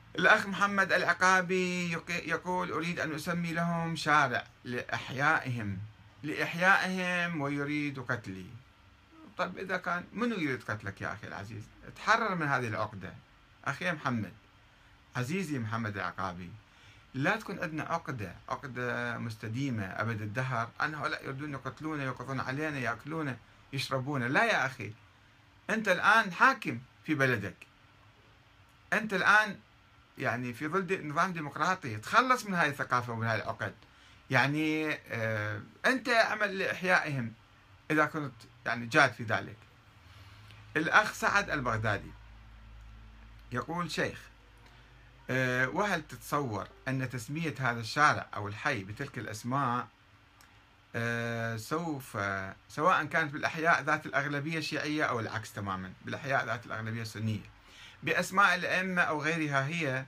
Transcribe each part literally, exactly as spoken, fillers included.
الأخ محمد العقابي يقول: أريد أن أسمي لهم شارع لإحيائهم لإحيائهم ويريد قتلي. طيب إذا كان منو يريد قتلك يا أخي العزيز؟ تحرر من هذه العقدة. أخي محمد، عزيزي محمد العقابي، لا تكون عندنا عقدة عقدة مستديمة أبد الدهر أن هؤلاء يريدون يقتلونا، يقضون علينا، يأكلونا، يشربونا. لا يا أخي، أنت الآن حاكم في بلدك، أنت الآن يعني في ظل نظام ديمقراطي، تخلص من هذه الثقافة ومن هذه العقد. يعني آه أنت اعمل لإحيائهم إذا كنت يعني جاد في ذلك. الأخ سعد البغدادي يقول: شيخ، آه وهل تتصور أن تسمية هذا الشارع أو الحي بتلك الأسماء آه سوف آه سواء كانت بالأحياء ذات الأغلبية الشيعية أو العكس تماما بالأحياء ذات الأغلبية السنية بأسماء الأئمة أو غيرها، هي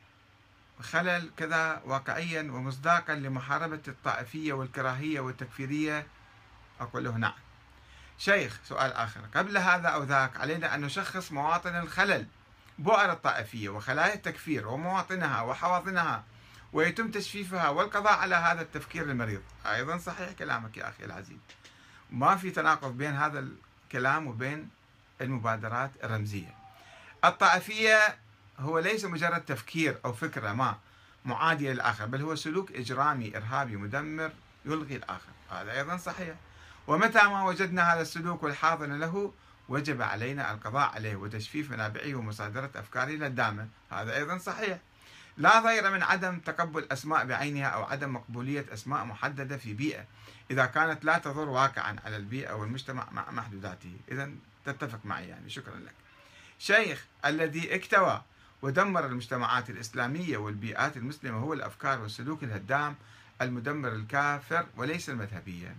خلل كذا واقعيا ومصداقا لمحاربة الطائفية والكراهية والتكفيرية؟ أقول له: نعم. شيخ، سؤال آخر: قبل هذا أو ذاك علينا أن نشخص مواطن الخلل، بؤر الطائفية وخلايا التكفير ومواطنها وحواضنها، ويتم تجفيفها والقضاء على هذا التفكير المريض. أيضا صحيح كلامك يا أخي العزيز، ما في تناقض بين هذا الكلام وبين المبادرات الرمزية. الطائفية هو ليس مجرد تفكير أو فكرة ما معادية للآخر، بل هو سلوك إجرامي إرهابي مدمر يلغي الآخر. هذا أيضا صحيح. ومتى ما وجدنا هذا السلوك والحاضنة له، وجب علينا القضاء عليه وتجفيف منابعه ومصادرة أفكاره الهدامة. هذا أيضا صحيح. لا ضير من عدم تقبل أسماء بعينها أو عدم مقبولية أسماء محددة في بيئة إذا كانت لا تضر واقعا على البيئة والمجتمع مع محدوداته. إذا تتفق معي يعني. شكرا لك. شيخ، الذي اكتوى ودمر المجتمعات الإسلامية والبيئات المسلمة هو الأفكار والسلوك الهدام المدمر الكافر وليس المذهبية.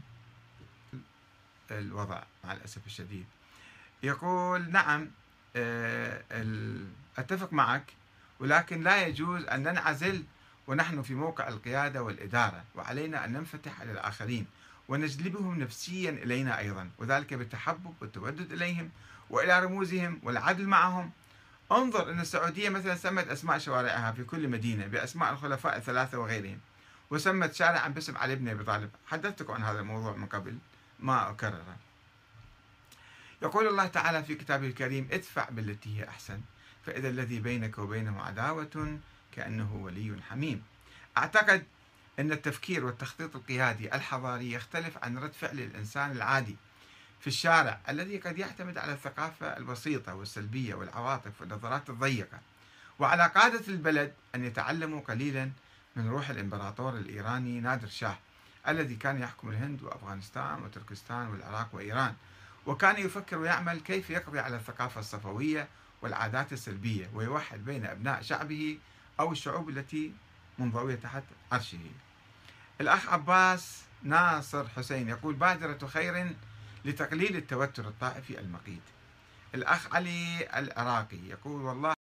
الوضع مع الأسف الشديد. يقول: نعم، أتفق معك، ولكن لا يجوز أن ننعزل ونحن في موقع القيادة والإدارة، وعلينا أن ننفتح على الآخرين ونجلبهم نفسيا إلينا أيضا، وذلك بالتحبب والتودد إليهم وإلى رموزهم والعدل معهم. انظر أن السعودية مثلا سمت أسماء شوارعها في كل مدينة بأسماء الخلفاء الثلاثة وغيرهم، وسمت شارعا باسم علي بن أبي طالب. حدثتكم عن هذا الموضوع من قبل، ما أكرره. يقول الله تعالى في كتابه الكريم: ادفع بالتي هي أحسن فإذا الذي بينك وبينه عداوة كأنه ولي حميم. أعتقد أن التفكير والتخطيط القيادي الحضاري يختلف عن رد فعل الإنسان العادي في الشارع الذي قد يعتمد على الثقافة البسيطة والسلبية والعواطف والنظرات الضيقة، وعلى قادة البلد أن يتعلموا قليلا من روح الإمبراطور الإيراني نادر شاه الذي كان يحكم الهند وأفغانستان وتركستان والعراق وإيران، وكان يفكر ويعمل كيف يقضي على الثقافة الصفوية والعادات السلبية ويوحد بين أبناء شعبه أو الشعوب التي منضوية تحت عرشه. الأخ عباس ناصر حسين يقول: بادرة خير لتقليل التوتر الطائفي المقيت. الأخ علي العراقي يقول: والله